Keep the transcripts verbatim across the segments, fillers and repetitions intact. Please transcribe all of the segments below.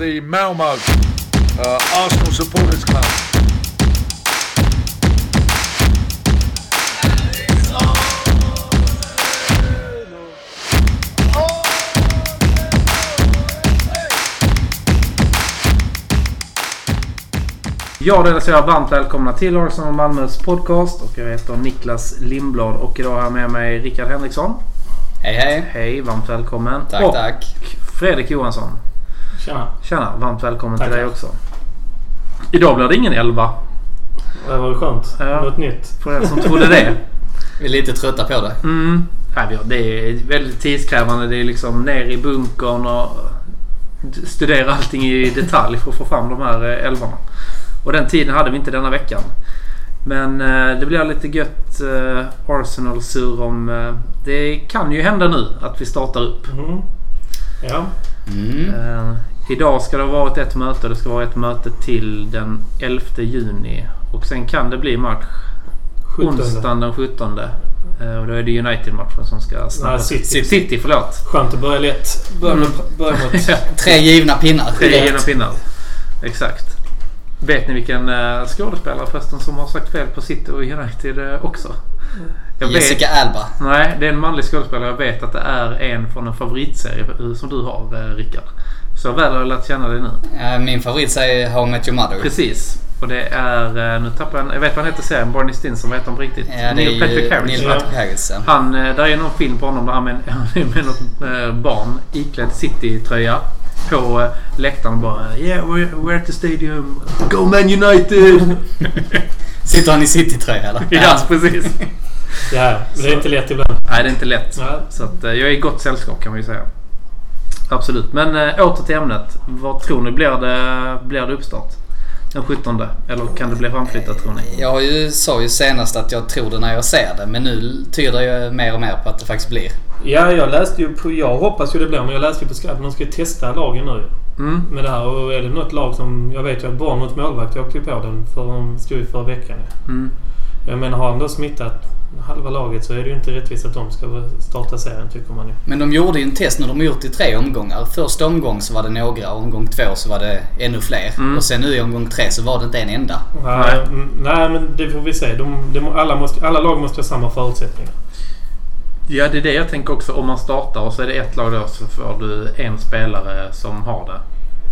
the Malmo uh, Arsenal Supporters Club. Jag vill säga varmt välkomna till Arsenal Malmös podcast och jag heter Niklas Lindblad och idag har jag med mig Rickard Henriksson. Hej hej. Hej, varmt välkommen. Tack, och tack. Fredrik Johansson. Tjena. Tjena, varmt välkommen Tack, till dig tack. också. Idag blir det ingen elva. Det var ju skönt. Ja. Något nytt. För er som trodde det. Vi är lite trötta på det. Mm. Ja, det är väldigt tidskrävande. Det är liksom ner i bunkern och studera allting i detalj för att få fram de här elvarna. Och den tiden hade vi inte denna veckan. Men eh, det blir lite gött eh, Arsenal-sur om... Eh, det kan ju hända nu att vi startar upp. Mm. Ja. Mm. Eh, idag ska det ha varit ett möte. Det ska vara ett möte till den elfte juni. Och sen kan det bli match onsdagen den sjuttonde. Eh, och då är det United-matchen som ska snabba. City. City. City, förlåt. Skönt att börja lätt. Börja, med, börja mot... Tre givna pinnar. Tre givna pinnar. Exakt. Vet ni vilken uh, skådespelare förresten som har sagt fel på City och United uh, också? Jag Jessica vet, Alba. Nej, det är en manlig skådespelare. Jag vet att det är en från en favoritserie uh, som du har, uh, Rickard. Så väl har jag lärt känna det nu. Uh, min favoritserie är How I Met Your Mother. Precis. Och det är, uh, nu tappar jag, jag vet vad han heter serien, Barney Stinson, vet han på riktigt? Ja, det Neil är Patrick Harris. Neil Patrick Harris. Ja. Han, uh, där är någon film på honom där han med, med något uh, barn iklädd City-tröja. På uh, läktaren bara yeah, we're, we're at the stadium. Go Man United! Sitter han i City-tröja eller? Ja, precis. Ja, men det är inte lätt ibland. Nej, det är inte lätt. Ja. Så att, uh, jag är i gott sällskap kan man ju säga. Absolut. Men uh, åter till ämnet. Vad tror ni? Blir det, blir det uppstart? Den sjuttonde? Eller kan det bli framflyttat tror ni? Jag har ju, sa ju senast att jag tror det när jag ser det. Men nu tyder jag mer och mer på att det faktiskt blir. Ja, jag läste ju på... Jag hoppas ju det blir, men jag läste ju på Skype. Man ska ju testa lagen nu. Mm. Med det här. Och är det något lag som... Jag vet ju att Bournemouth målvakt, jag åkte ju på den för de stod ju förra veckan. Mm. Jag menar, har han då smittat halva laget så är det ju inte rättvist att de ska starta serien, tycker man ju. Men de gjorde ju en test när de har gjort i tre omgångar. Första omgång så var det några, omgång två så var det ännu fler. Mm. Och sen nu i omgång tre så var det inte en enda. Nej, mm, nej men det får vi se. De, de, alla, måste, alla lag måste ha samma förutsättningar. Ja, det är det jag tänker också. Om man startar och så är det ett lag då så får du en spelare som har det.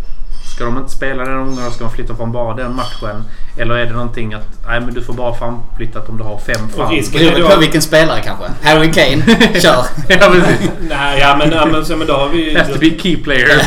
Ska de inte spela den omgången ska de flytta från bara den matchen? Eller är det någonting att nej, men du får bara framflyttat om du har fem fall? Beroende på vilken spelare kanske. Harry Kane, kör! Ja, precis. Nej, ja men, ja, men, så, men då har vi... Have to be key player.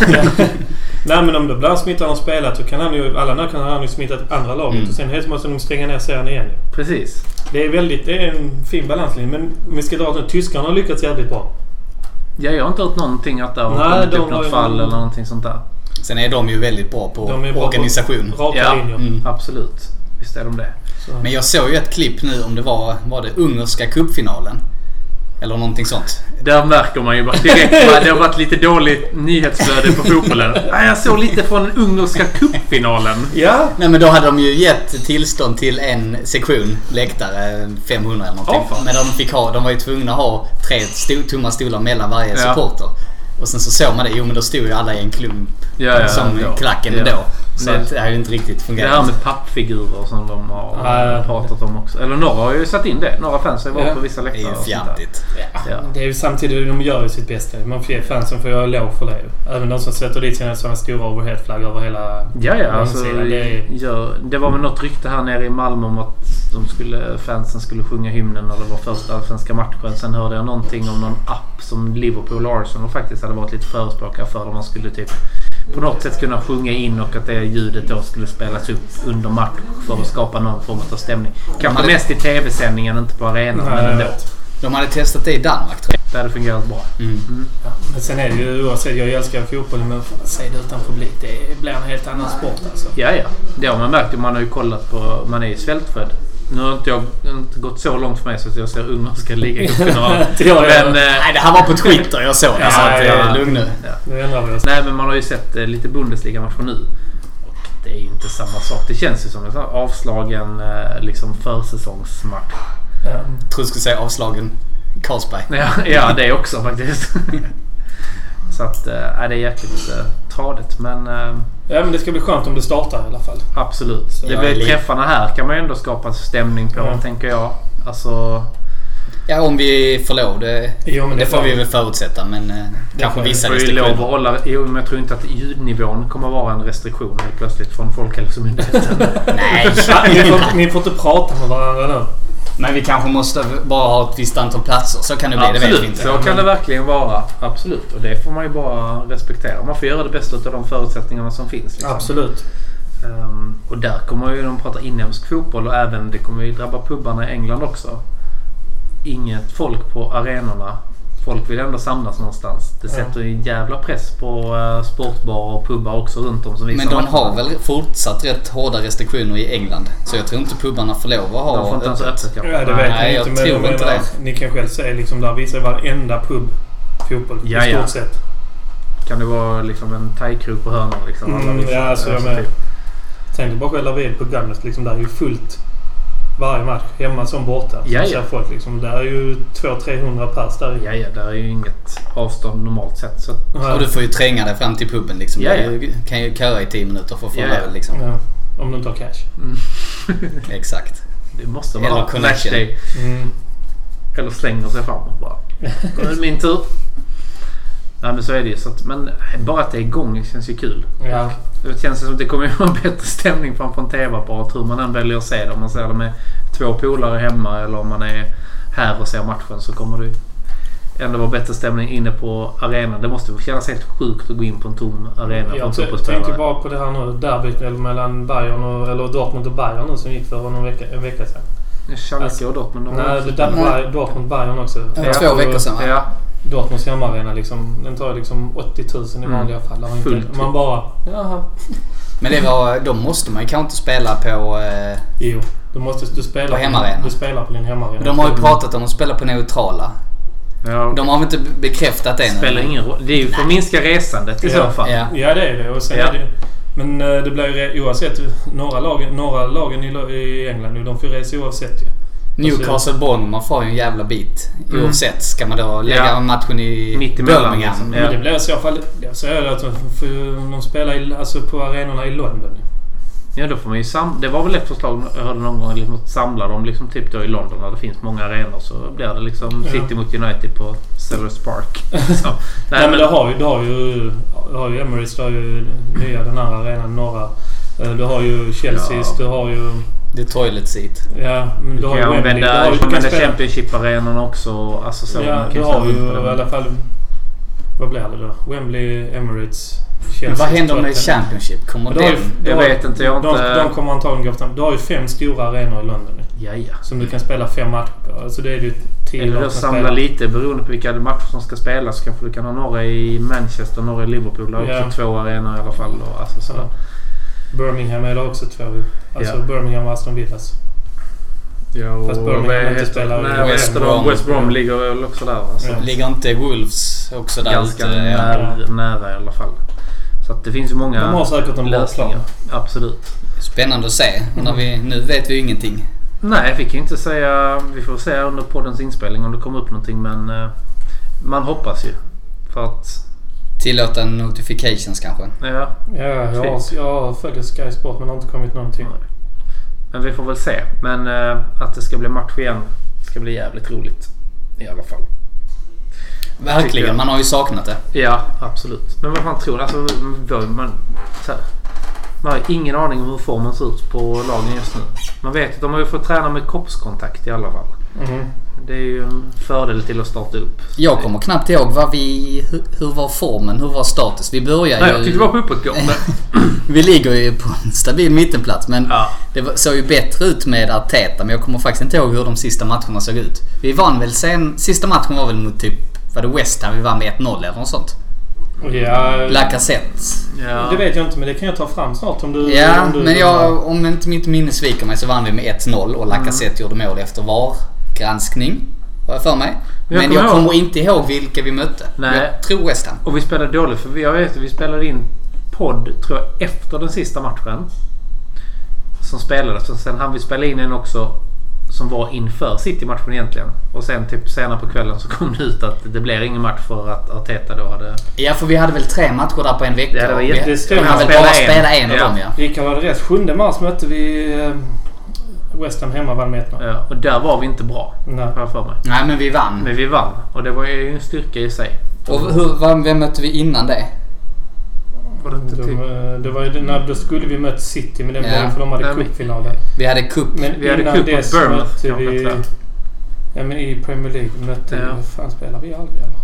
Nej, men om då blir smittan och spelat så kan han ju... Alla när kan han ju smittat andra laget. Mm. Och sen helt måste de stänga ner serien igen. Precis. Det är väldigt... Det är en fin balanslinje. Men om vi ska dra att tyskarna har lyckats jävligt bra. Ja, jag har inte hört någonting att det har Nej, kommit de upp något har ju fall någon- eller någonting sånt där. Sen är de ju väldigt bra på De är bra organisation. På raka Ja. linjer. Mm. Absolut. Visst är de det. Så. Men jag såg ju ett klipp nu om det var, var det ungerska cupfinalen. Eller någonting sånt. Där märker man ju bara direkt att det har varit lite dåligt nyhetsflöde på fotbollen. Ja, jag såg lite från den ungerska cupfinalen. Ja. Nej, men då hade de ju gett tillstånd till en sektion läktare, femhundra eller någonting. Oh, men de fick ha, de var ju tvungna att ha tre sto- tomma stolar mellan varje Ja. supporter. Och sen så såg man det, jo men då stod ju alla i en klump Ja, ja, som ja. klacken Ja. då. Så Nej. att det har ju inte riktigt Det fungerat. här med pappfigurer som de har Ja. pratat om också. Eller några har ju satt in det. Några fans har ju varit Ja. på vissa Det är läktare. ju och sånt där. fjantigt. Ja. Det är ju samtidigt, de gör ju sitt bästa. Man får, fansen får göra lov för det. Även de som sätter dit sina sådana stora overheadflaggar över hela... Ja, ja. Alltså, långsidan. det, är, gör, det var väl något rykte här nere i Malmö om att de skulle, fansen skulle sjunga hymnen när det var första allsvenska matchen. Sen hörde jag någonting om någon app som Liverpool och Arsenal faktiskt hade varit lite förespråkare för. Där man skulle typ på något sätt kunna sjunga in och att det ljudet då skulle spelas upp under match för att skapa någon form av stämning. Kanske hade... mest i tv-sändningen, inte på arenan. Nej, men ändå. jag vet. De hade testat det i Danmark tror jag. Det hade fungerat bra. Mm. Mm. Ja, men sen är det ju oavsett, jag älskar fotbollen, men se det utan publik, det blir en helt annan sport alltså. Ja, ja. Det har man märkt. Man har ju kollat på, man är ju svältfödd. Nu har inte jag inte gått så långt för mig så att jag ser ungerska ligacupen. Ja, Men, ja. eh, Nej, det här var på Twitter jag såg det. Ja, så att, ja. eh, lugn nu. ja. Nu ändrar vi oss. Nej, men man har ju sett eh, lite Bundesliga-matcher nu. Och det är ju inte samma sak. Det känns ju som en sån här avslagen eh, liksom försäsongsmatch. Ja. Jag tror du skulle säga avslagen Carlsberg. Ja, ja, det också faktiskt. Så att, äh, det är jäkligt äh, tradigt. Men äh, Ja, men det ska bli skönt om det startar i alla fall. Absolut. Så det jag blir är li- träffarna här kan man ju ändå skapa stämning på, Ja. tänker jag. Alltså... Ja, om vi får lov. Det, Jo, men det det får får vi vi. väl förutsätta. Men eh, kanske får vi. vissa får ju lov att restriktioner. hålla... Jo, men jag tror inte att ljudnivån kommer vara en restriktion helt plötsligt från Folkhälsomyndigheten. Nej. Ja, ni, får, ni får inte prata med varandra nu. Men vi kanske måste bara ha ett visst antal platser. Så kan det bli, det vet vi Absolut, inte. så kan det verkligen vara. Absolut, och det får man ju bara respektera. Man får göra det bästa av de förutsättningarna som finns. Liksom. Absolut. Um, och där kommer ju de prata inhemsk fotboll och även det kommer ju drabba pubbarna i England också. Inget folk på arenorna. Folk vill ändå samlas någonstans. Det sätter ju en jävla press på uh, sportbarer och pubbar också runt om som visar Men de matcherna. har väl fortsatt rätt hårda restriktioner i England. Så jag tror inte pubbarna får lov att ha De får inte ens öppet kanske. Ja, det vet Nej, jag jag inte. tror Men inte menar, det. ni kan själv se liksom, där visar varenda pub fotboll i Ja, ja. stort sett. Kan det vara liksom en thaikrog på hörnan liksom? Mm, Alla visar- ja, alltså, jag med. Tänk dig bara själva vid på Gunners. Liksom, där är ju fullt varje match. Hemma som borta. Så Ja, ja. ser folk liksom. Där är ju två till trehundra pers där. Ja, ja, där är ju inget avstånd normalt sett. Så, Och du får ju tränga dig fram till puben liksom. Ja, ja. Du kan ju köra i tio minuter för att få Ja, en ja. öl liksom. Ja, om du inte har cash. Exakt. det måste man Eller ha. connection. Matchday. Mm. Eller slänger sig fram och bara... Nu är det min tur. Nej, men så är det ju. Så att, men bara att det är igång känns ju kul. Ja. Det känns som att det kommer att vara bättre stämning på en tv-apparat. Hur man än väljer att se det. Om man ser det med två polare hemma eller om man är här och ser matchen, så kommer det ändå vara bättre stämning inne på arenan. Det måste kännas helt sjukt att gå in på en tom arena. Jag på en t- tänker bara på det här nu. Derbyt mellan Bayern och, eller Dortmund och Bayern nu som gick för någon vecka, en vecka sedan. Schalke Alltså, och Dortmund. de har Nej, också- det där Nej. Dortmund-Bayern också. Ja, Ja, två och veckor sedan va? Ja, Dortmunds hemmaarena liksom, den tar liksom åttio tusen i Mm. vanliga fall. Har Fullt. inte, man bara, jaha. Men det var, då måste man ju kanske inte spela på... Eh, Jo, du måste du spelar På hemmaarena. Du spelar på din hemmaarena. de har ju pratat om att spela på neutrala. ja. De har väl inte bekräftat det Det nu? spelar ingen roll. Det är ju för att minska resandet i Ja. så fall. Ja. Ja, det är det. Och sen Ja. är det men eh, det blir ju oavsett. Några lagen, några lagen i, lo- i England nu, de får resa oavsett ju. Newcastle Bournemouth får ju en jävla bit. Mm. Oavsett ska man då lägga Ja. matchen i Mitt emellan, Birmingham. liksom. Men Ja. det blir i så fall... Jag säger det att de, får- de spelar i, alltså på arenorna i London. Ja, då får man ju sam- det var väl ett förslag jag hörde någon gång, liksom att samla dem liksom typ då i London där det finns många arenor, så blir det liksom Ja. City mot United på Sellers Park. Så, nej, Nej, men det har ju, det har ju, det har ju Emirates, det har ju nya den här arenan, norra. Eh, Du har ju Chelseas, Ja. du har ju... Det är toilet seat. Ja, men du du har kan ju ju Wembley. Du använda, har, du du kan kan använda spela, Championship-arenan också. Alltså så, ja, man kan du ju har ställa ju upp på i det. alla fall... Vad blir det då? Wembley, Emirates, Chelsea. Men vad händer med Tottenham. Championship? Kommer Men du har ju- den? du Jag har- vet inte, jag har de, inte- de kommer antagligen gå fram. Du har ju fem stora arenor i London nu, Ja, ja. som du kan spela fem matcher på. Alltså det är ju tio Eller lag då som samla spelar. lite beroende på vilka matcher som ska spelas. Så kanske du kan ha några i Manchester, några i Liverpool. Där Ja. också två arenor i alla fall. Då. Alltså, så. Ja. Birmingham är det också två. Alltså Ja. Birmingham och Aston Villas. Ja, och Fast Birmingham vad inte heter- spelar i nej, vad West heter Brom. de? West Brom ligger väl också där. Alltså. Ja. Ligger inte Wolves också där Ganska ute? Ja. nära, nära i alla fall. Så att det finns ju många De har säkert en bra lösningar. plan. Absolut. Spännande att se. Och när vi, nu vet vi ju ingenting. Nej, jag fick inte säga... Vi får se under poddens inspelning om det kommer upp någonting. Men eh, man hoppas ju. För att... Tillåta notifications kanske. Ja, Ja, jag har, Fint. jag har följt Sky Sport men det har inte kommit någonting. men vi får väl se. Men eh, att det ska bli match igen ska bli jävligt roligt. I alla fall. Tycker jag. Verkligen, man har ju saknat det. Ja, absolut. Men vad fan tror du? Alltså, man, så här, man har ingen aning om hur formen ser ut på lagen just nu. Man vet att de har ju fått träna med kroppskontakt i alla fall. Mhm. Det är ju en fördel till att starta upp. Jag kommer knappt ihåg vad vi, hur, hur var formen, hur var status. Vi börjar Nej, ju... jag tyckte det var på uppåtgående. Vi ligger ju på en stabil mittenplats men Ja. det var- såg ju bättre ut med Arteta, men jag kommer faktiskt inte ihåg hur de sista matcherna såg ut. Vi vann väl sen, sista matchen var väl mot typ, var det West Ham vi vann med ett noll eller något sånt. Ja, Lacazette. Ja. det vet jag inte men det kan jag ta fram snart om du... Ja, om du, men jag, om inte mitt minne sviker mig så vann vi med ett noll och Lacazette gjorde mål efter var granskning. Har jag för mig. Jag Men kommer jag ihåg- kommer inte ihåg vilka vi mötte. Nej. Jag tror West Ham. Och vi spelade dåligt för vi, jag vet, vi spelade in podd tror jag efter den sista matchen. Som spelades. Så sen hann vi spela in en också som var inför City-matchen egentligen. Och sen typ senare på kvällen så kom det ut att det blev ingen match för att Arteta då hade... Ja, för vi hade väl tre matcher där på en vecka. Ja, det var vi, jätte... vi hade väl bara spela en av ja. dem, ja. Rickard hade rätt. sjunde mars mötte vi West Ham hemma, vann med ett noll. Ja, och där var vi inte bra. Nej. Har jag för mig. Nej, men vi vann. Men vi vann. Och det var ju en styrka i sig. Och hur, vem mötte vi innan det? Var det inte De, typ? det var ju när då skulle vi möta City, men det blev Ja. för de hade Nej, men- cupfinalen. Vi hade cup. Men Vi hade innan cup det mot så Bournemouth, mötte kanske, vi... tror jag. Ja, men i Premier League mötte Ja. vi... Vad fan spelar vi aldrig, eller?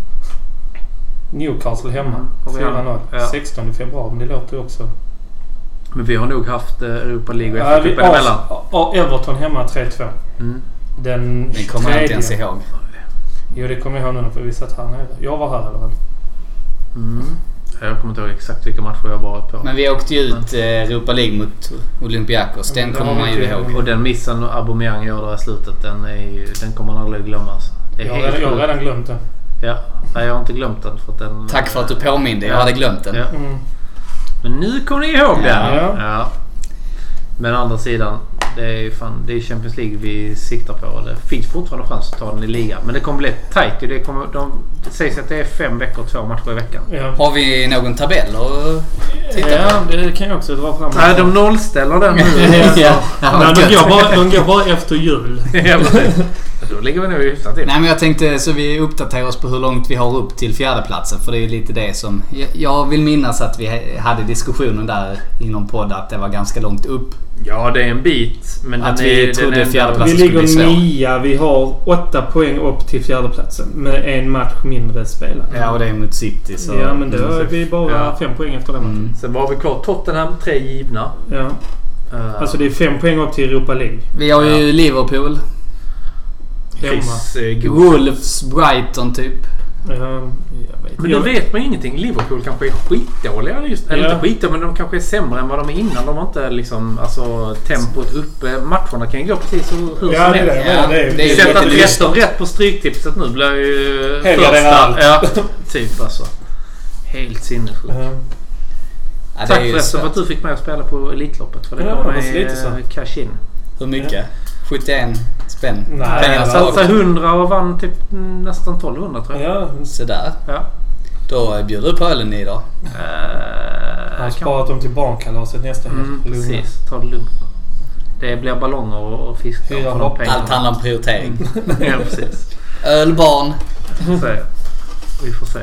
Newcastle hemma. Mm. Och vi fyra har- noll. ja. sextonde februari, men det låter ju också... Men vi har nog haft eh, Europa League och Ja, F A vi, Cupen emellan. Ars- Everton hemma tre två. Mm. Den Den kommer jag inte ens ihåg. Jo, det kommer jag ihåg nu för vi satt här nere. Jag var här, eller? Mm. Jag kommer inte ihåg exakt vilka matcher jag varit på. Men vi åkte ju ut eh, Europa League mot Olympiakos. Den Ja, kommer det man har ju vi inte- ihåg. Och den missen Aubameyang gör där i slutet, den, är ju, den kommer man aldrig glömma. Alltså. Det är Jag har helt redan, jag har sjukt. redan glömt det. Ja, nej, jag har inte glömt den. För att den Tack för att du påminde. Jag Ja. hade glömt den. Ja. Mm. Men nu kommer ni ihåg Ja. den. Ja. Ja. Men å andra sidan, det är ju fan, det är Champions League vi siktar på. Det finns fortfarande chans att ta den i ligan. Men det kommer bli tight. Det, kommer, de, det sägs att det är fem veckor och två matcher i veckan. Ja. Har vi någon tabell att titta Ja, på? det kan jag också dra fram. Nej, de nollställer den nu. ja, ja, Nej, vad de, gött. går bara, de går bara efter jul. Ja, precis. Då ligger vi nog hyfsat till. Nej, men jag tänkte så vi uppdaterar oss på hur långt vi har upp till fjärdeplatsen. För det är ju lite det som... Jag, jag vill minnas att vi hade diskussionen där inom podd att det var ganska långt upp. Ja, det är en bit. Men Att den vi är, trodde den är fjärdeplats. Vi skulle bli svår. ligger nia. Vi har åtta poäng upp till fjärdeplatsen med en match mindre spelad. Ja, och det är mot City. Så... Ja, men då är vi bara Ja. fem poäng efter den matchen. Mm. Sen var vi kvar Tottenham, tre givna. Ja. Uh, Alltså det är fem poäng upp till Europa League. Vi har ju Ja. Liverpool. Hemma. Chris, eh, God. Wolves, Brighton typ. Ja, jag vet. Men då Jag- vet man ju ingenting. Liverpool kanske är skitdåliga just. Eller Ja. inte skitdåliga, men de kanske är sämre än vad de är innan. De har inte liksom, alltså tempot uppe. Matcherna kan ju gå precis hur, hur Ja, som det är det. helst. Ja, Ja, det är det är ju Sätta lite rätt dystert. och rätt på stryktipset nu blir ju Helga den allt. Ja, typ alltså. Helt sinnessjukt. Ja. Ja, det Tack är ju förresten för att svårt. du fick med att spela på Elitloppet. För det Ja, gav det var mig lite så. eh, cash in. Hur mycket? sjuttioen spänn. Nej, Pengar Jag ja, slag. satsade hundra och vann typ mm, nästan tolvhundra tror jag. Ja, Så där. Ja. Då bjuder du på ölen idag. Uh, jag har sparat dem till barnkalaset nästa helg. Mm, Lugna. precis. Ta det lugnt. Det blir ballonger och, och fisk. Fyra för de hopp. pengarna. Allt handlar om prioritering. Ja, precis. Ölbarn. Vi får se. Vi får se.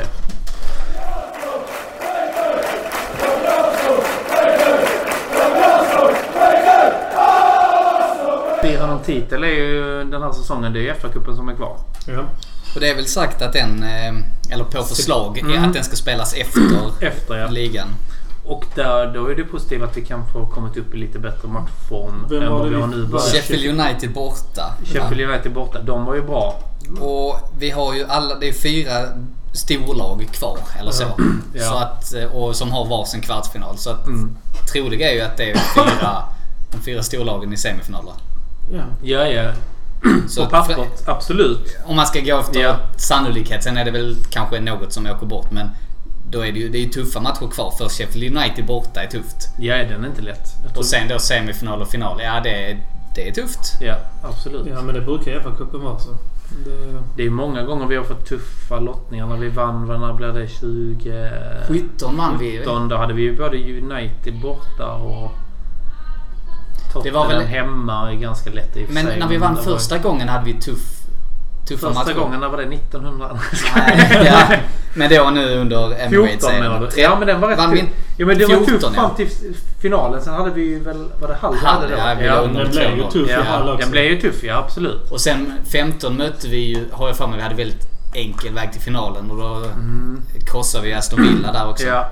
Fira någon titel är ju den här säsongen. Det är ju F A-cupen som är kvar. Ja. Och det är väl sagt att den, eh, eller på förslag, Mm. är att den ska spelas efter Efter ja. ligan. Och där, då är det positivt att vi kan få kommit upp i lite bättre matchform Vem än var vad det vi vi- har nu. var- börjat. Sheffield United borta. Sheffield United borta. De var ju bra. Och vi har ju alla, det är fyra storlag kvar eller så. Ja. Så att, och som har varsin kvartsfinal. Så att Mm. troliga är ju att det är fyra, de fyra storlagen i semifinaler. Ja. Ja, ja. Så På pappret, absolut. om man ska gå efter Ja. sannolikhet, sen är det väl kanske något som åker bort, men då är det ju, det är ju tuffa matcher kvar. För Sheffield United borta är tufft. Ja, den är inte lätt. Jag tror- Och sen då semifinal och final, ja det, det är tufft. Ja, absolut. Ja, men det brukar F A-cupen vara så. Det... Det är många gånger vi har fått tuffa lottningar när vi vann. När blir det? tjugo... sjutton man vi. sjutton, då hade vi ju både United borta och Tottenham Det var väl- hemma är ganska lätt i och för Men sig, när vi vann det var- första gången hade vi tuff, tuffa Första matcher. gången, när var det? nittonhundra? Nej, ja. Men då nu under Emirates. fjorton menar du? Ja, men den var rätt Vann vi- tuff. Ja, men det var fjorton, tufft ja. fram till finalen. Sen hade vi ju väl... Var det halv? Halv, hade det ja, då? vi ja. låg under Den blev ju två. tuff i Ja, halv också. den blev ju tuff, ja absolut. Och sen femton mötte vi ju, har jag för mig, vi hade väldigt enkel väg till finalen. Och då Mm. krossade vi Aston Villa där också. Ja.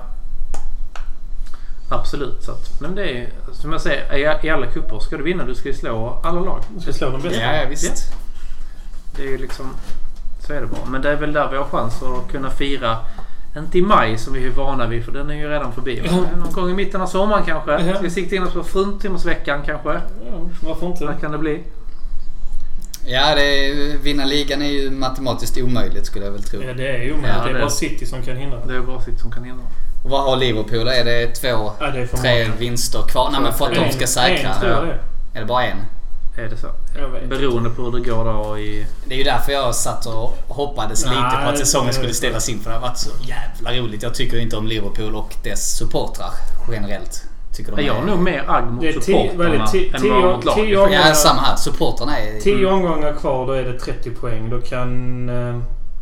Absolut. Så att, men det är som jag säger, i, i alla kupper ska du vinna. Du ska ju slå alla lag. Du ska slå de bästa. Ja, ja visst. Det är ju liksom... Så är det bara. Men det är väl där vi har chans att kunna fira. Inte i maj som vi är vana vid, för den är ju redan förbi. Ja. Någon gång i mitten av sommaren kanske. Ja. Ska vi sikta in oss på fruntimmersveckan kanske? Ja, varför inte? Vad kan det bli? Ja, det är, vinna ligan är ju matematiskt omöjligt skulle jag väl tro. Ja, det är ju omöjligt. Ja, det är det- bara City som kan hindra. Det är bara sitt som kan hindra. Och vad har Liverpool? Är det två, Ja, det är för tre många. vinster kvar? Nej, men för att de ska säkra. En, tror jag det. Är det bara en? Är det så? Jag vet. Beroende på hur det går då i... Det är ju därför jag satt och hoppades Nej, lite på att säsongen skulle det- ställas in. För det har varit så jävla roligt. Jag tycker inte om Liverpool och dess supportrar generellt. Tycker de Jag har nog mer agg mot Det är tio- supportrarna vad är det, tio- än vad mot tio- tio laget. omgångar- Ja, samma här. Supportrarna är... tio omgångar kvar, då är det trettio poäng. Då kan eh,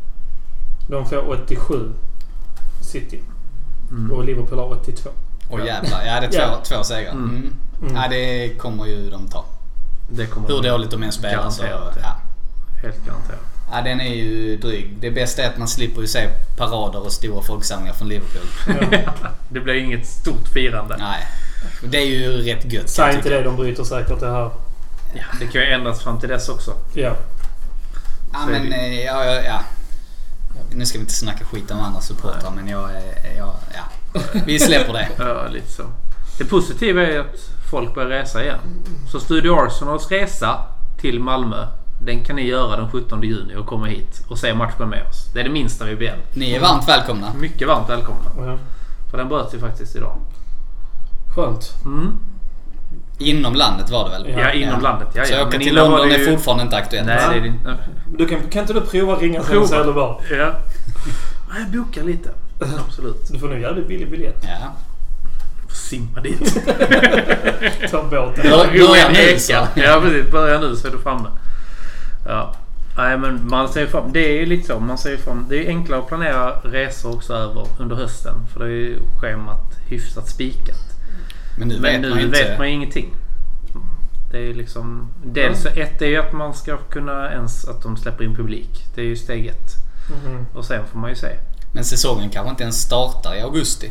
de få åttiosju City. Mm. Och Liverpool har åttiotvå. Åh jävlar. Ja, det är två, Ja. två segrar. Mm. Mm. Mm. Ja, det kommer ju de ta. Det kommer Hur de- dåligt de än spelar så... Garanterat, Ja. Helt garanterat. Ja, den är ju dryg. Det bästa är att man slipper ju se parader och stora folksamlingar från Liverpool. Ja. Det blir inget stort firande. Nej. Det är ju rätt gött. Säg kan jag inte tycka. det, de bryter säkert det här. Ja, det kan ju ändras fram till dess också. Ja. Ja, Så är men det. eh, ja, ja, ja. Nu ska vi inte snacka skit om andra supportrar, men jag, eh, jag, ja. Vi släpper det. Ja, lite så. Det positiva är att folk börjar resa igen. Så Studio Arsenals resa till Malmö, den kan ni göra den sjuttonde juni och komma hit och se matchen med oss. Det är det minsta vi begär. Ni är varmt välkomna. Mycket varmt välkomna. Ja. För den bröt ju faktiskt idag. Skönt. Mm. Inom landet var det väl? Ja. Ja, inom Ja. landet. Ja, Så ja. åka Men till innan var London det är ju... fortfarande inte aktuellt. Nej, det är det inte. Du kan, kan inte du prova ringa till Prova. Söderborg? Ja. Nej, boka lite. Absolut. Du får nog jävligt billig biljett. Ja. Simma dit. Ta båten. Bör- Börja nu Eka. så. Ja, precis. Börja nu så är du framme. Ja. Nej, men man ser ju fram. Det är ju lite så. Man ser ju fram. Det är ju enklare att planera resor också över under hösten. För det är ju schemat hyfsat spikat. Men nu Men vet nu man ju inte. vet man ju ingenting. Det är ju liksom... Dels så ett är ju att man ska kunna ens att de släpper in publik. Det är ju steg ett. Mhm. Och sen får man ju se. Men säsongen kanske inte ens startar i augusti.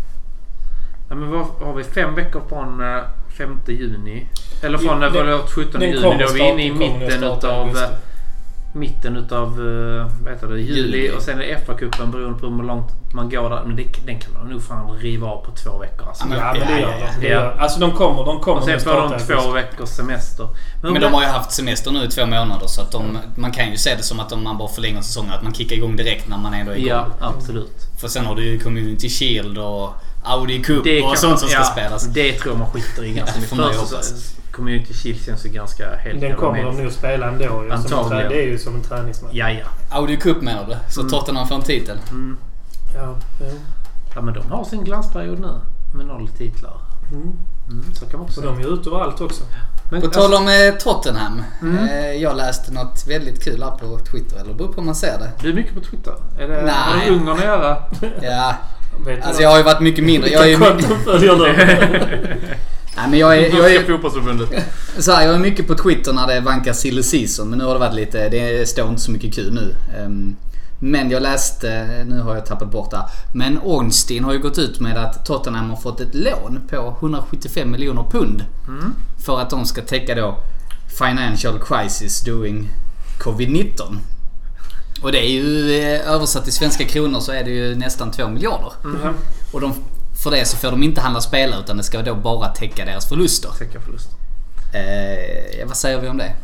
Ja, men vad har vi? Fem veckor från eh, femte juni? Eller från Den- den, sjuttonde den juni. kommer Då är vi inne i starta- kommer mitten att starta i utav... augusti. eh, Mitten utav eh, vad heter det, juli, Juli. och sen är det F A-cupen beroende på hur långt man går där. Men det, den kan man nog fan riva av på två veckor alltså. Ja, men- Ja, men det Ja, gör ja, ja. de. Det Ja. gör- Alltså de kommer, de kommer Och sen att får de starta i två augusti. veckors semester. Men, Men de har ju haft semester nu i två månader så att de, man kan ju se det som att om man bara förlänger säsongen att man kickar igång direkt när man ändå är igång. Ja, absolut. För sen har du ju Community Shield och Audi Cup Det och kan- sånt som ska ja, spelas. Det tror jag man skiter i ganska Ja, mycket. får man ju Först så- hoppas. Community Shield känns ju ganska helt Den jävla kommer de med. nog spela ändå. Ju, som en Antagligen. trä- det är ju som en träningsmatch. Ja, ja. Audi Cup menar du? Så Mm. Tottenham får en titel. Mm. Ja, ja. Ja, men de har sin glansperiod nu. Med noll titlar. Mm. Mm, så kan man också Så de är ute och allt också. Men, På tal om eh, Tottenham. Mm. Eh, jag läste något väldigt kul här på Twitter. Eller beror på om man ser det. du är mycket på Twitter. Är det, Nej. har det Ungern att göra? Ja, Vet alltså jag har ju varit mycket mindre. Jag är ju Vilka my- konton följer du? Nej, men jag är, jag är, fotbollsförbundet. så här, jag är mycket på Twitter när det vankas silly season. Men nu har det varit lite, det står inte så mycket kul nu. Um, men jag läste, nu har jag tappat bort det. Men Ornstein har ju gått ut med att Tottenham har fått ett lån på hundrasjuttiofem miljoner pund. Mm. För att de ska täcka då financial crisis during covid nitton. Och det är ju eh, översatt till svenska kronor så är det ju nästan två miljarder. Mm. Och de, för det så får de inte handla spelare utan det ska då bara täcka deras förluster. Täcka förlust. Eh, ja, vad säger vi om det?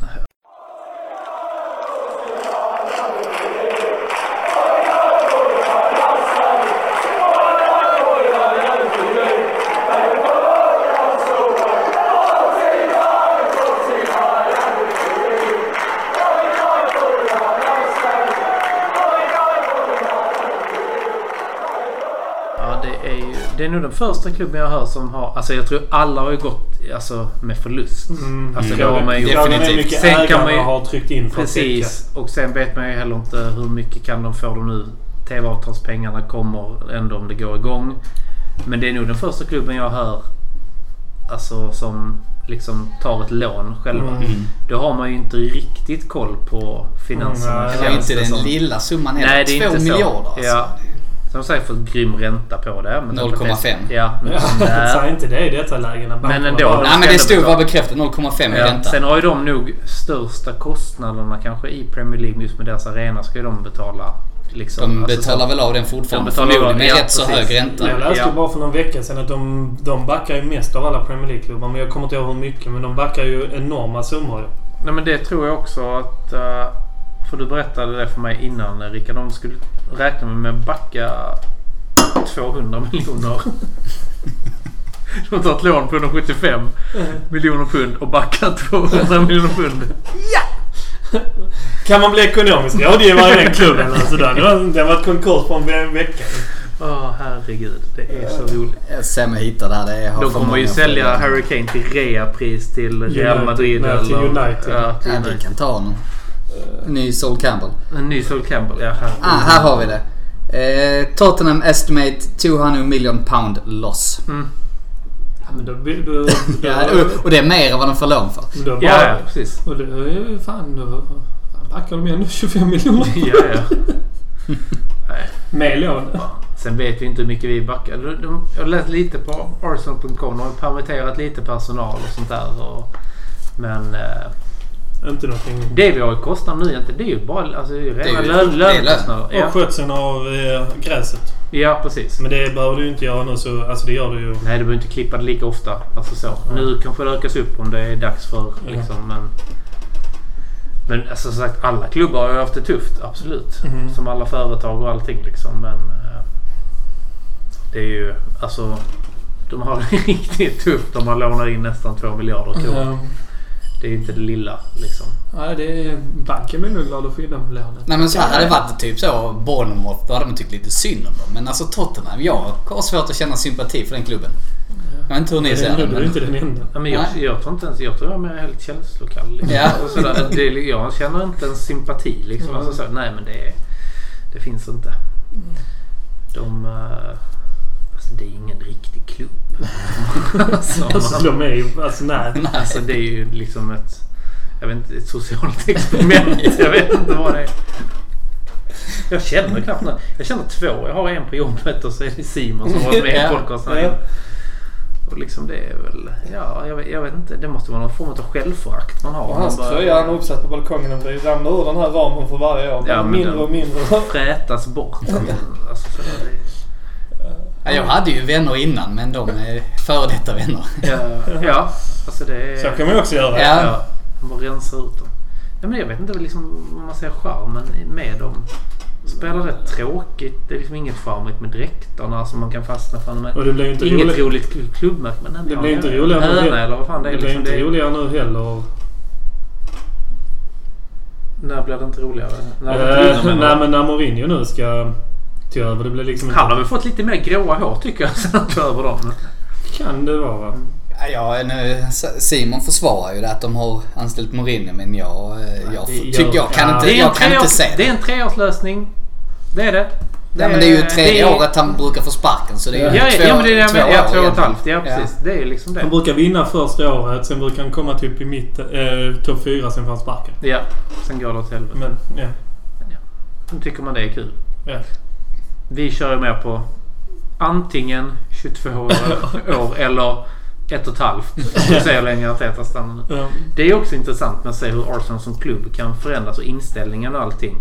Ja, det är ju... Det är nog den första klubben jag hör som har... Alltså jag tror alla har ju gått alltså, med förlust. Mm. Alltså Mm. det har man ju... Frågan är definitivt. hur mycket Sen kan ägarna man ju- har tryckt in för att Precis. Och sen vet man ju heller inte hur mycket kan de få dem nu. T V-avtalspengarna kommer ändå om det går igång. Men det är nog den första klubben jag hör alltså som liksom tar ett lån själva. Mm. Då har man ju inte riktigt koll på finanserna. Mm, Det var känns inte det den som. lilla summan Nej, heller. det är Två inte så. miljarder alltså. Ja. Så de säger för grym ränta på det. men noll komma fem. Ja. Men, täcka. där. Säg inte det i detta läge när bankerna ändå. bara- Nej men det stod bara bekräftat noll komma fem i Ja, ränta. sen har ju de nog största kostnaderna kanske i Premier League just med deras arena ska ju de betala. Liksom, De alltså, betalar så- väl av den fortfarande. De betalar Förmodligen av- med ja, rätt så precis. hög ränta. Jag läste Ja. ju bara för någon vecka sedan att de, de backar ju mest av alla Premier League-klubbar. Men jag kommer inte ihåg hur mycket. Men de backar ju enorma summor ju. Nej men det tror jag också att... Uh, för du berättade det för mig innan Rickard. De skulle räkna med att backa tvåhundra miljoner. De tar ett lån på hundrasjuttiofem mm. miljoner pund och backar tvåhundra miljoner pund. Ja! Kan man bli ekonomisk? Ja, det var ju den klubben. Alltså, det har varit konkurs på en vecka. Åh, oh, herregud. Det är så roligt. Jag ser mig hitta där. Det är de kommer ju sälja Harry Kane till reapris till Real Madrid. Nej, till eller, United. Ja, till ja, United. vi kan ta honom. En ny Sol Campbell. En ny Sol Campbell, ja. Här, ah, här har vi det. Eh, Tottenham estimate tvåhundra million pound loss. Mm. Ja, men då, då, då, ja, och, och det är mer än vad de får lån för. Då bara, ja, ja, precis. Och det är fan, då backar de ändå tjugofem miljoner. Ja, ja. Nej. Med lån. Sen vet vi inte hur mycket vi backar. Jag har läst lite på Arsenal punkt com. De har permitterat lite personal och sånt där. Och, men... Eh, inte någonting. Det vi har i kostnad nu inte. Det är ju bara alltså, det är rena ju, lön, lönekostnader. Ja. Och skötseln av eh, gräset. Ja, precis. Men det behöver du inte göra nu så... Alltså det gör du ju... Nej, du behöver inte klippa det lika ofta. Alltså så. Ja. Nu kanske det ökas upp om det är dags för liksom, ja. men... Men alltså, som sagt, alla klubbar har ju haft det tufft, absolut. Mm. Som alla företag och allting liksom. Men eh, det är ju, alltså, de har det riktigt tufft. De har lånat in nästan två miljarder kronor. Mm. Det är ju inte det lilla liksom. Ja, det är banken är nog glad att få in dem lånet. Nej, men så hade det varit typ så Bournemouth, då hade man tyckt lite synd om dem. Men alltså Tottenham, jag har svårt att känna sympati för den klubben. Jag vet inte hur ni ser det. Du är inte den enda. Ja, men jag, jag tror inte ens, jag tror jag är helt känslokall. Liksom. Ja. Sådär, det, jag känner inte ens sympati liksom. Mm. Alltså, så, nej men det, det finns inte. De, alltså, det är ingen riktig klubb. alltså, alltså, de är ju, alltså nej. Alltså det är ju liksom ett, jag vet inte, ett socialt experiment. Jag vet inte vad det är. Jag känner knappt någon. Jag känner två. Jag har en på jobbet och så är det Simon som har varit med i podcasten. Ja. Och liksom det är väl, ja, jag vet, jag vet inte. Det måste vara någon form av självförakt man har. Och hans bara, tröja han uppsatt på balkongen och det ramlar ur den här ramen för varje år. Ja, mindre och mindre. Frätas bort. Alltså, så det är... Ja, jag hade ju vänner innan, men de är före detta vänner. Ja, ja, alltså det är... Så kan man också göra. Ja. Ja, man rensar ut dem. Ja, men jag vet inte liksom, om man säger charmen med dem. Spelar rätt tråkigt. Det är liksom inget charmigt med dräkterna som man kan fastna för. Med. Och det blir inte inget roligt, roligt klubbmärke. Men det blir inte roligare nu heller. Eller vad fan det är. Det blir liksom inte det... roligare nu heller. När blir det inte roligare? När äh, nej, men när Mourinho nu ska ta över. Det blir liksom han har väl fått lite mer gråa hår tycker jag sen att ta över dem. Kan det vara va? Ja, nu, Simon försvarar ju det att de har anställt Mourinho, men jag, jag, tycker, jag kan inte, jag kan inte se det. Det är en treårslösning. Det är det. Det ja, men det är ju tredje är... året han brukar få sparken, så det är ju ja, två, ja, men det är, två, ja, år två och ett halvt. Ja, precis. Ja. Det är liksom det. Han brukar vinna första året, sen brukar han komma typ i mitt eh, topp fyra, sen får han sparken. Ja, sen går det åt helvete. Men, ja. Men, ja. Nu tycker man det är kul. Ja. Vi kör ju med på antingen tjugotvå år, år eller ett och ett halvt. Vi ser länge att äta stannar nu. Ja. Det är också intressant med att se hur Arsenal som klubb kan förändras och inställningen och allting.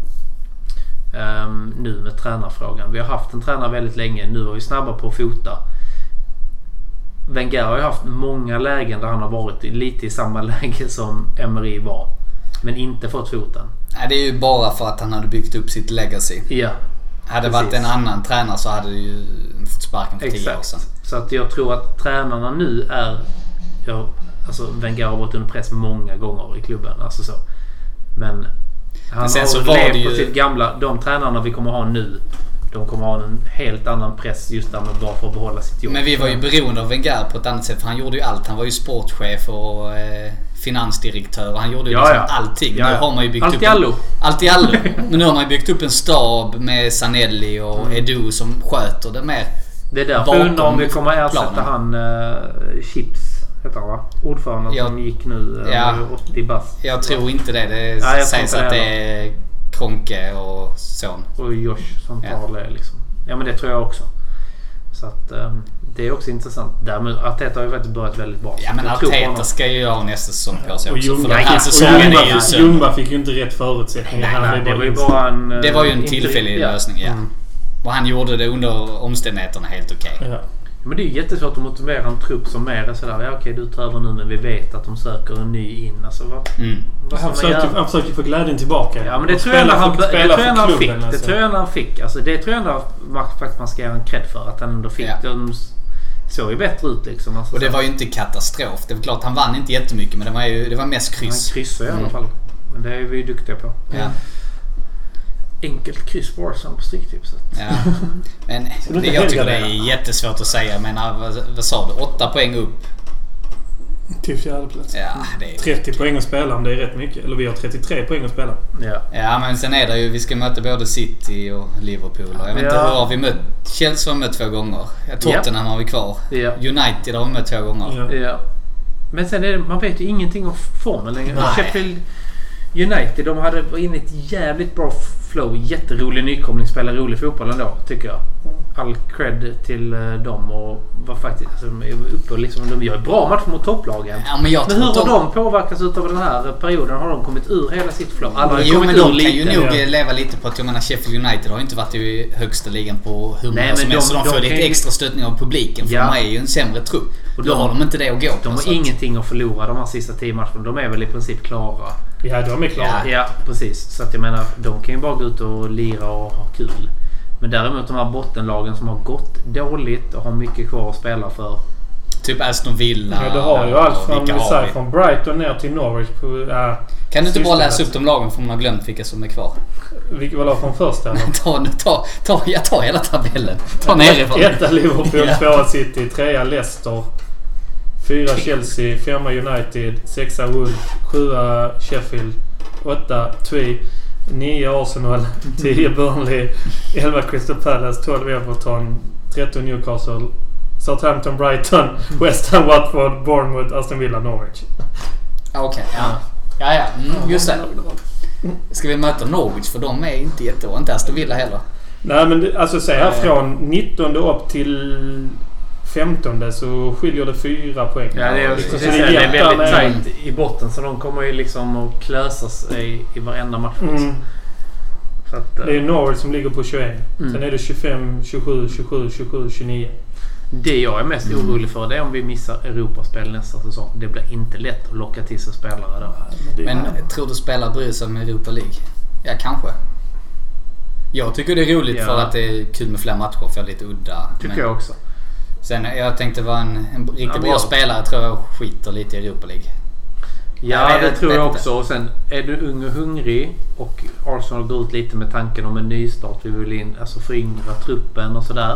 Um, nu med tränarfrågan. Vi har haft en tränare väldigt länge. Nu är vi snabba på att fota. Wenger har ju haft många lägen där han har varit lite i samma läge som Emery var. Men inte fått foten. Nej, det är ju bara för att han hade byggt upp sitt legacy. Ja. Hade det varit en annan tränare så hade det ju fått sparken för tio år sedan. Så att jag tror att tränarna nu är... Ja, alltså Wenger har varit under press många gånger i klubben. Alltså så. Men... Han sen har så var levt det ju... på sitt gamla... De tränarna vi kommer ha nu, de kommer ha en helt annan press just där med bara för att behålla sitt jobb. Men vi var ju beroende av Wenger på ett annat sätt, för han gjorde ju allt. Han var ju sportchef och eh, finansdirektör. Han gjorde ju ja, liksom ja. allting. Ja, ja. Nu har man ju byggt allt upp i allo. En, allt i allo. Men nu har man ju byggt upp en stab med Sanelli och mm. Edu som sköter det mer. Det är därför undrar om vi kommer ersätta han uh, Chips. Heter han, va? Ordföranden ja. som gick nu ja. åttio bast. Jag tror inte det. Det ja, sägs att det är Kronke och son. Och Josh som tar det liksom. Ja, men det tror jag också. Så att um, det är också intressant. Därmed Arteta har ju faktiskt börjat väldigt bra. Ja, men Arteta ska ju ha nästa säsong på sig också. Och Jumba, Jumba fick ju inte rätt förutsättningar. Nej, nej, det var ju bara en... Det var ju en tillfällig ja. lösning, ja. Mm. Och han gjorde det under omständigheterna helt okej. Okay. Ja. Men det är ju jättesvårt att motivera en trupp som är det sådär. Ja, okej, du tar över nu, men vi vet att de söker en ny in. Alltså, vad, mm. vad han, försökte, han försökte få glädjen tillbaka. Ja, men det tror jag ändå han, han fick. Alltså. Det tror jag ändå han fick. Alltså, det tror jag ändå faktiskt man ska göra en cred för. Att han ändå fick. Ja. De såg ju bättre ut liksom. Alltså, och det var ju inte katastrof. Det var klart, han vann inte jättemycket, men det var ju det var mest kryss. Han kryssade i alla fall. Men det är vi ju duktiga på. Ja. Enkelt kryss på Arsenal på Stryktipset. Ja. Men det, jag tycker det är jättesvårt att säga. Men vad, vad sa du? Åtta poäng upp. Till fjärde plats. Ja, det är trettio poäng att spela om det är rätt mycket. Eller vi har trettiotre poäng att spela. Ja. Ja, men sen är det ju, vi ska möta både City och Liverpool. Och jag vet Ja. inte hur har vi mött. Chelsea har mött två gånger. Tottenham har vi kvar. Ja. United har vi mött två gånger. Ja. Ja. Men sen är det, man vet ju ingenting om formen längre. Nej. Sheffield United, de hade varit inne i ett jävligt bra flow. Jätterolig nykomling, spelar rolig fotboll ändå, tycker jag. All cred till uh, dem och var faktiskt alltså, de är uppe och liksom, de gör bra match mot topplagen. Ja, men jag men hur tror har de... de påverkats utav den här perioden? Har de kommit ur hela sitt flow? Alla har Jo, kommit men ur de lite. kan ju nog ja. leva lite på att jag menar Sheffield United har ju inte varit i högsta ligan på hur Nej, många som men helst. Så de- de de får kan lite ju- extra stöttning av publiken. För Ja. de är ju en sämre trupp. Och Och de- då har de inte det att gå på. De har så att- ingenting att förlora de här sista tio matcherna. De är väl i princip klara. Ja, de är klara. Ja, precis. Så att jag menar, de kan ju bara gå ut och lira och ha kul. Men däremot de här bottenlagen som har gått dåligt och har mycket kvar att spela för. Typ Aston Villa. Ja, du har ju allt och från, vilka har vi? från Brighton ner till Norwich. På, äh, Kan du inte bara sista läsa plats. upp de lagen för man har glömt vilka som är kvar? Vilka var det från första? Eller? ta, ta, ta, jag tar hela tabellen. Ta nerifrån. Etta Liverpool, Ja. tvåa City, trea Leicester, fyra Chelsea, femma United, sexa Wolves, sjua Sheffield, åtta Twee, nio Arsenal, tio Burnley, elva Crystal Palace, tolv Everton, tretton Newcastle, Southampton, Brighton, West Ham, Watford, Bournemouth, Aston Villa, Norwich. Okej, okay, ja. Ja, ja. Mm, just det. Ska vi möta Norwich? För de är inte jättebra. Inte Aston Villa heller. Nej, men det, alltså säg här från nittonde upp till femtonde så skiljer det fyra poäng. Ja, det är, Så så det det är är jämnt väldigt där med- tajt i botten. Så de kommer ju liksom att klösa sig i varenda match. Mm. Så att, Det är Norwich som ligger på tjugoett. Mm. Sen är det tjugofem, tjugosju, tjugosju, tjugosju, tjugonio. det jag är mest orolig för det är om vi missar Europaspel nästa säsong. Det blir inte lätt att locka till sig spelare då. Men tror du spelare bryr sig om Europa League? Ja, kanske. Jag tycker det är roligt Ja. för att det är kul med fler matcher. För jag är lite udda. Tycker Men jag också. sen, jag tänkte vara en, en riktigt men bra jag- spelare tror jag skiter lite i Europa League. Ja, Jag vet det inte, tror vet jag inte. också. Och sen är du ung och hungrig och Arsenal går ut lite med tanken om en nystart. Vi vill in, alltså föryngra truppen och sådär.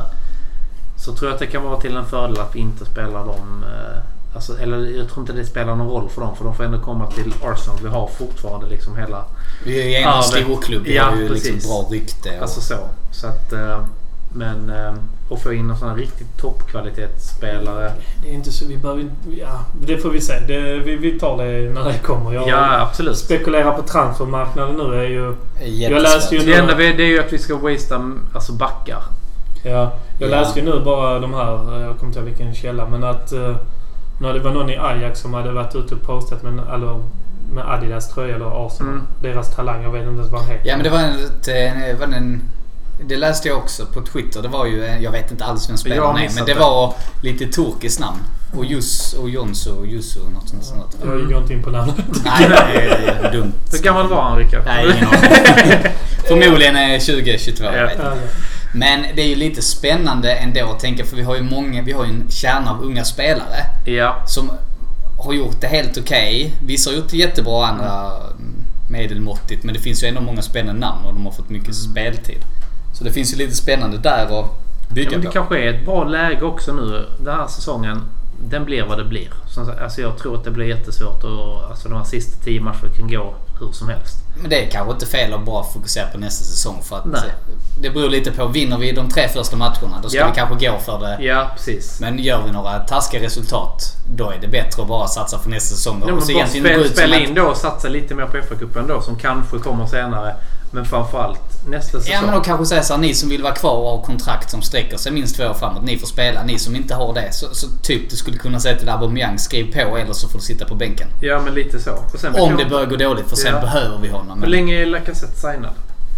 Så tror jag att det kan vara till en fördel att vi inte spelar dem. Eh, alltså, eller jag tror inte det spelar någon roll för dem. För de får ändå komma till Arsenal. Vi har fortfarande liksom hela... Vi är ju en Ja, stor klubb. Vi ja, har ju liksom precis. bra rykte. Och, Alltså så. Så att... Eh, men... Eh, och få in en sån här riktigt toppkvalitetsspelare. Det är inte så vi behöver... Ja, det får vi se. Det, vi, vi tar det när det kommer. Jag Ja, absolut. spekulerar på transfermarknaden nu är ju... Jättesvårt. Jag läste ju- Det enda vi- det är ju att vi ska wastea alltså backar. Ja, jag Ja. läste ju nu bara de här... Jag kommer inte ihåg vilken källa. Men att... Uh, när det var någon i Ajax som hade varit ute och postat med, eller, med Adidas tröja eller Arsenal. Mm. Deras talang. Jag vet inte ens vad han heter. Ja, men det var en... Det, var en det läste jag också på Twitter. Det var ju... Jag vet inte alls vem Jag spelaren har är. missat Men det det. var lite turkiskt namn. Och Jus och Jonso och Jusso och något sånt. sånt. Jag går inte in på namnet. Nej, det är dumt. Hur gammal var han, Rickard? Nej, ingen aning. Förmodligen är tjugo tjugotvå. Ja. Jag vet inte. Men det är ju lite spännande ändå att tänka. För vi har ju många... Vi har ju en kärna av unga spelare. Ja. Som har gjort det helt okej. Vissa har gjort det jättebra, andra medelmåttigt. Men det finns ju ändå många spännande namn och de har fått mycket speltid. Så det finns ju lite spännande där att Ja, bygga men det på. kanske är ett bra läge också nu. Den här säsongen, den blir vad det blir. Som sagt, alltså jag tror att det blir jättesvårt och alltså de här sista tio matcherna kan gå hur som helst. Men det är kanske inte fel att bara fokusera på nästa säsong. För att Nej. det beror lite på. Vinner vi de tre första matcherna, då ska Ja. vi kanske gå för det. Ja, precis. Men gör vi några taskiga resultat, då är det bättre att bara satsa för nästa säsong. Ja, men Och så bara egentligen gå spela, ut som spela att- in då och satsa lite mer på F A-cupen då som kanske kommer senare. Men framförallt nästa säsong. Ja, men då kanske säga så här, ni som vill vara kvar och ha kontrakt som sträcker sig minst två år framåt, ni får spela. Ni som inte har det, så, så typ du skulle kunna säga till Aubameyang, skriv på eller så får du sitta på bänken. Ja, men lite så. Och sen Om det börjar gå dåligt, för sen Ja. behöver vi honom. Hur Men, länge är Lacazette signad?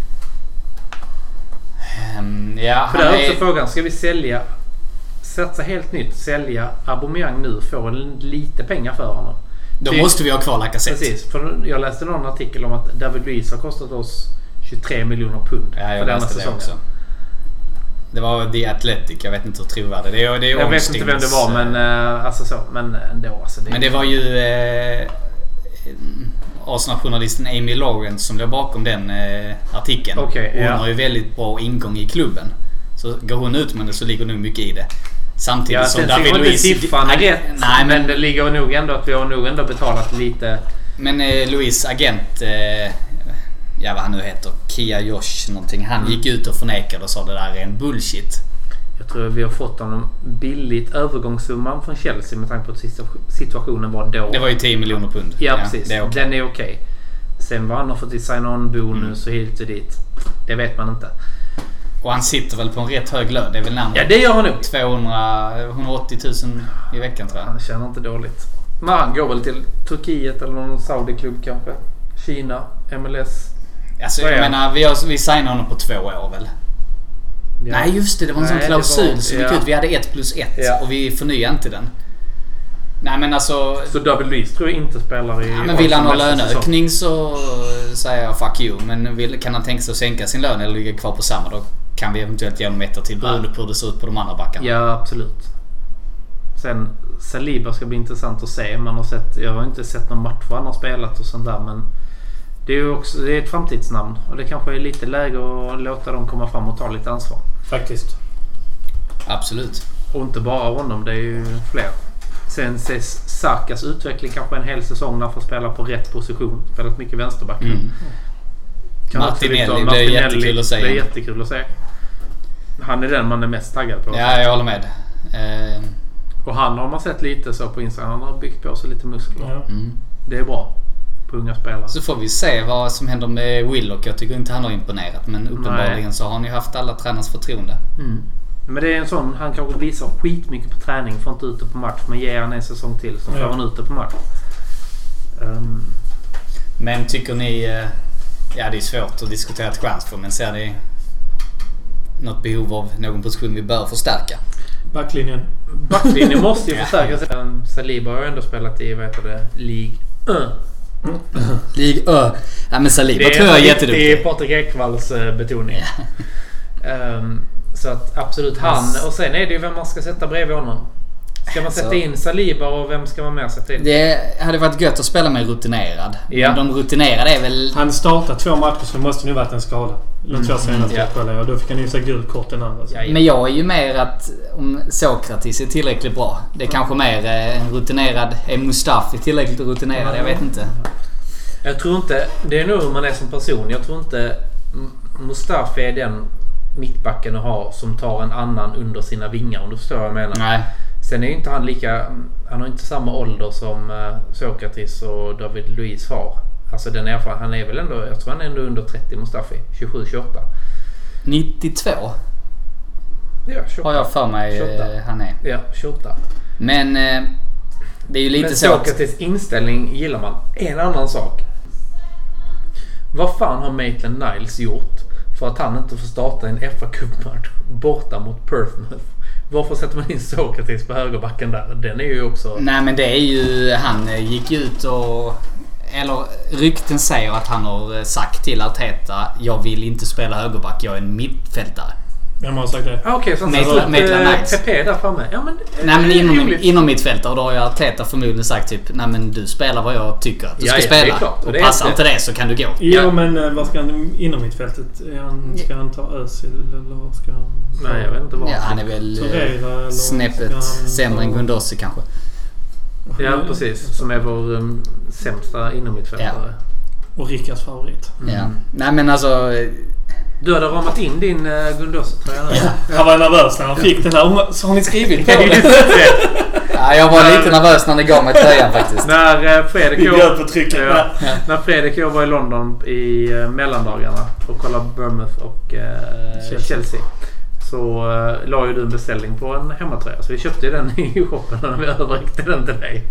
Ehm, ja, För det han är också är, frågan. Ska vi sälja, satsa helt nytt, sälja Aubameyang nu, få en lite pengar för honom? då Typ- måste vi ha kvar Lacazette. Precis, för jag läste någon artikel om att David Luiz har kostat oss tjugotre miljoner pund Ja, för jag denna läste det säsongen. också. Det var The Athletic, jag vet inte hur trovärdigt det är. Det är jag vet inte vem det var, men äh, alltså så. Men ändå. Alltså, det men det var ju äh, Arsenal-journalisten Amy Lawrence som låg bakom den äh, artikeln. Okay, hon ja. har ju väldigt bra ingång i klubben. Så går hon ut med det så ligger nog mycket i det. Samtidigt ja, som David Luiz... siffran är rätt. Nej, men, men det ligger nog ändå att vi har nog ändå betalat lite... Men eh, Luiz agent... Eh, ja, vad han nu heter. Kia Josh någonting. Han mm. gick ut och förnekade och sa det där är en bullshit. Jag tror vi har fått honom billigt övergångssumman från Chelsea med tanke på att situationen var då. Det var ju tio miljoner pund. Ja, ja precis. Är okay. Den är okej. Okay. Sen vad han har fått i sign-on-bonus mm. och hit och dit. Det vet man inte. Och han sitter väl på en rätt hög lön. Det är väl närmare. Ja, det gör han nog. tvåhundraåttio tusen i veckan tror jag. Han tjänar inte dåligt. Men han går väl till Turkiet eller någon Saudi-klubb kanske. Kina, M L S. Alltså jag menar, vi, har, vi signar honom på två år väl? Ja. Nej just det, det var en Nej, sån klausul var, som gick ja. ut. Vi hade ett plus ett ja. och vi förnyade inte den. Nej men alltså... Så David Luiz tror jag inte spelar i... Ja, men vill han ha löneökning så säger jag fuck you. Men vill, kan han tänka sig att sänka sin lön eller ligga kvar på samma, då kan vi eventuellt ge honom ett till beroende på hur det ser ut på de andra backarna. Ja, absolut. Sen Saliba ska bli intressant att se. Man har sett, jag har inte sett någon match han har spelat och sånt där, men det är ju också, det är ett framtidsnamn och det kanske är lite läge att låta dem komma fram och ta lite ansvar. Faktiskt. Absolut. Och inte bara honom, det är ju fler. Sen ses Sakas utveckling kanske en hel säsong när han får spela på rätt position. Spelat mycket vänsterback. Mm. Martinelli blir jättekul att se. Det är jättekul att se. Han är den man är mest taggad på. Ja, jag håller med. Eh. Och han har man sett lite så på Instagram. Han har byggt på sig lite muskler. Ja. Mm. Det är bra på unga spelare. Så får vi se vad som händer med Willock. Jag tycker inte han har imponerat. Men uppenbarligen Nej. så har han ju haft alla tränarnas förtroende. Mm. Men det är en sån, han kanske visar skitmycket på träning, får inte ut det på match, men ger han en säsong till så får ja. han ut det på match. Um. Men tycker ni, ja det är svårt att diskutera ett chans för, men ser ni något behov av någon position vi bör förstärka? Backlinjen. Backlinjen måste ju förstärkas. Um, Saliba har ju ändå spelat i, vad heter det, League uh. Mm. League uh. Ja men Saliba det tror jag är jätteduktig. Det är Patrik Ekvalls uh, betoning. Yeah. um, Så att absolut han. Och sen är det ju vem man ska sätta bredvid honom. Ska man sätta så. in Saliba och vem ska man mer sätta in? Det hade varit gött att spela med rutinerad. Ja. Men de rutinerade är väl... Han startar två matcher så måste nu varit en skada. Mm. Två senaste ja. kolla. Och då fick han ju så gul kort den andra. Ja, ja. Men jag är ju mer att om Sokratis är tillräckligt bra. Det är mm. kanske mer en rutinerad. Är Mustafi tillräckligt rutinerad? Mm. Jag vet inte. Jag tror inte... Det är nog hur man är som person. Jag tror inte Mustafi är den mittbacken att ha som tar en annan under sina vingar, om du förstår vad jag menar. Nej. Sen är ju inte han lika, han har inte samma ålder som uh, Sokratis och David Luiz har. Alltså den är, han är väl ändå, jag tror han är ändå under trettio, Mustafi, tjugosju tjugoåtta. nittiotvå Ja, tjugoåtta. Har jag för mig tjugoåtta. Han är. Ja, tjugoåtta. Men eh, det är ju lite Men så. Men Sokratis inställning gillar man. En annan sak. Vad fan har Maitland Niles gjort för att han inte får starta en F A-cupmatch borta mot Portsmouth? Varför sätter man in Sokratis på högerbacken där? Den är ju också... Nej men det är ju... Han gick ut och... Eller rykten säger att han har sagt till Arteta: jag vill inte spela högerback, jag är en mittfältare. Vem har sagt det? Ah, Okej, okay, så Maitland Niles. P P där framme. Ja, men, nej men inom, inom mittfältare. Och då har ju Arteta förmodligen sagt typ: nej men du spelar vad jag tycker att du ja, ska ja, spela. klart, och och passar inte det så kan du gå. Ja, ja. Men vad ska han inom mittfältet? Han, ska han ta Özil eller ska han ta... Nej, jag vet inte vad. Ja, han är väl Torreira, snäppet sämre än Guendouzi kanske. Ja, precis. Som är vår um, sämsta inom mittfältare. Ja. Och Rickards favorit. Mm. Ja. Nej men alltså... Du hade ramat in din uh, Guendouzi, tror jag. Ja. Han var nervös när han fick den här. Så har ni skrivit på det? Ja, jag var lite nervös när ni gav mig tröjan faktiskt. När uh, Fredrik på trycket. Ja, ja. När Fredrik och jag var i London i uh, mellandagarna och kollade Bournemouth och uh, Chelsea. Chelsea. Så uh, la ju du en beställning på en hemmatröja. Så vi köpte ju den i shoppen när vi överräckte den till dig.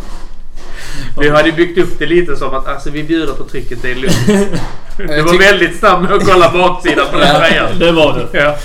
Vi hade byggt upp det lite som att alltså, vi bjuder på trycket, det är lugnt. Du var väldigt snabb med att kolla baksidan på den tröjan. Det var det. Ja.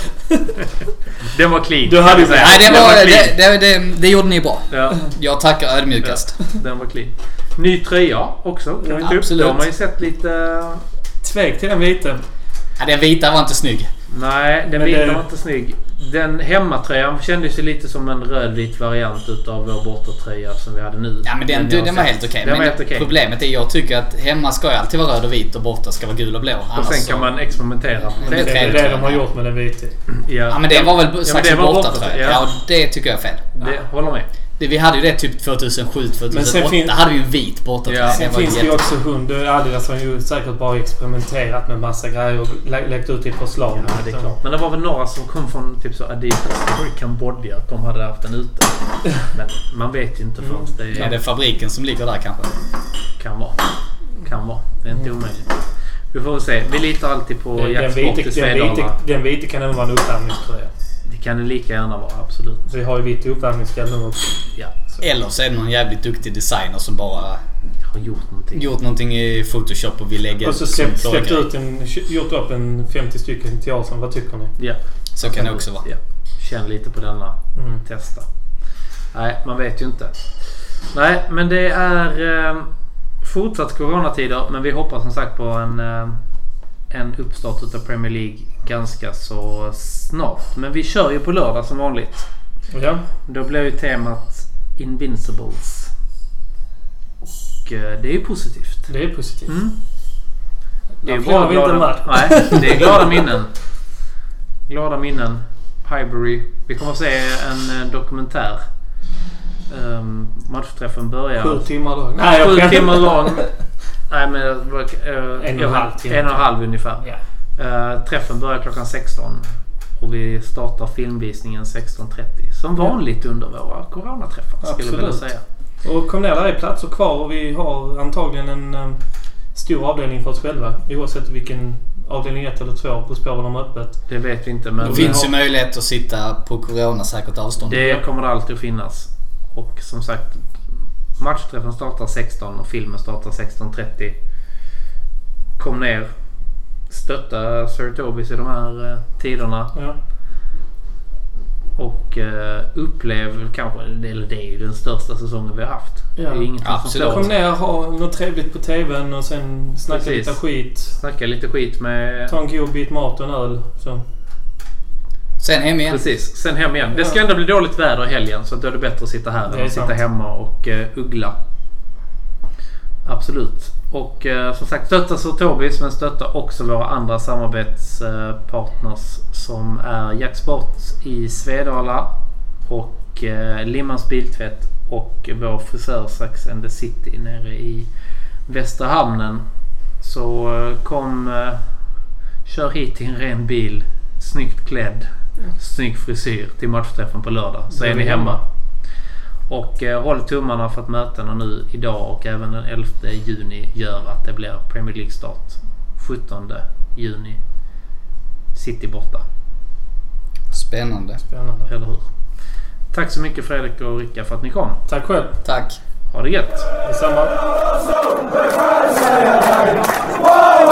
Den var clean. Du hade Nej, det, var, var det, det, det, det gjorde ni bra. Ja. Jag tackar ödmjukast. Ja, den var clean. Ny tröja också. Kan vi absolut. De har ju sett lite... Tvek till den vita. Ja, den vita var inte snygg. Nej, den Men vita det- var inte snygg. Den hemmatröjan kändes ju lite som en rödvit variant utav vår bortatröja som vi hade nu. Ja men den, jag den har var sett. helt okej. Den var Men helt okej. problemet är jag tycker att hemma ska ju alltid vara röd och vit och borta ska vara gul och blå. Och Annars sen så- kan man experimentera. Men Det det är är det de har gjort med den vita. Ja men det var väl men sagt det som var bortatröja. bortatröja. Ja och det tycker jag är fel. Det håller med. Det, vi hade ju det typ tjugohundrasju Men sen tjugohundraåtta fin- hade vi ju en vit bortatröja. Ja. Det Sen var finns det ju jätte- också hund. Adidas har ju säkert bara experimenterat med massa grejer och lä- läckt ut i förslag. Ja, det är klart. Men det var väl några som kom från typ så Adidas i Kambodja att de hade haft den ute. Men man vet ju inte förrän det är, Är det fabriken som ligger där kanske? kan vara. Kan vara. Det är inte omöjligt. Vi får väl se. Vi litar alltid på Den, den, jaktsport vita, i den, Svedala. vita, den vita kan även vara en uppvärmningströja. Det kan det lika gärna vara, absolut. Vi har ju vitt uppvärmningsställ nu också. Ja, Så. Eller så är det någon jävligt duktig designer som bara har gjort någonting. gjort någonting i Photoshop och vill lägga Och så som släppt, släppt plågrej. ut en, gjort upp en femtio stycken till Arsenal. Vad tycker ni? Ja. Så kan det också vara. Ja. Känn lite på denna. Mm. Testa. Nej, man vet ju inte. Nej, men det är eh, fortsatt coronatider. Men vi hoppas som sagt på en, eh, en uppstart utav Premier League ganska så snart. Men vi kör ju på lördag som vanligt. Ja. Då blir ju temat Invincibles. Och eh, det är ju positivt. Det är positivt. Mm. Det är Där ju förlorar bara vi inte en glada, match. nej, det är glada minnen. Glada minnen. Highbury. Vi kommer att se en eh, dokumentär. Um, matchträffen börjar... Sju timmar lång. Nej, jag Sju skämtar. timmar lång. Nej, men... Uh, En och en halv timme. En och en halv ungefär. Ja. Uh, träffen börjar klockan sexton. Och vi startar filmvisningen sexton trettio. Som vanligt under våra coronaträffar. Skulle jag vilja Absolut. säga. Och kom ner, där är platser kvar och vi har antagligen en um, stor avdelning för oss själva. Oavsett vilken avdelning ett eller två på spåren om öppet. Det vet vi inte, men... Det finns ju möjlighet att sitta på coronasäkert avstånd. Det kommer det alltid att finnas. Och som sagt, matchträffen startar sexton och filmen startar sexton trettio. Kom ner. Stötta Sir Tobis i de här eh, tiderna. Ja. Och eh, upplev kanske, eller det är ju den största säsongen vi har haft. Ja. Det är ingenting Absolut. som Kom slår. ner, ha något trevligt på tvn och sen snacka Precis. lite skit. Snacka lite skit med... Ta en god bit mat och en öl. Så. Sen hem igen. Precis, sen hem igen. Det ska Ja. ändå bli dåligt väder i helgen så att då är det bättre att sitta här Det än är att sitta sant. hemma och uh, uggla. Absolut. Och uh, som sagt, stötta så Tobis, men stötta också våra andra samarbetspartners som är Jacksport i Svedala och uh, Limmans Biltvätt och vår frisör Sax and the City nere i Västra Hamnen. Så uh, kom, uh, kör hit i en ren bil, snyggt klädd, snygg frisyr till matchträffen på lördag. Så är ni hemma. Och eh, håll tummarna för att mötena nu idag och även den elfte juni gör att det blir Premier League start. sjuttonde juni. City borta. Spännande. Spännande. Eller hur? Tack så mycket Fredrik och Ricka för att ni kom. Tack själv. Tack. Ha det gött! Detsamma. Wow!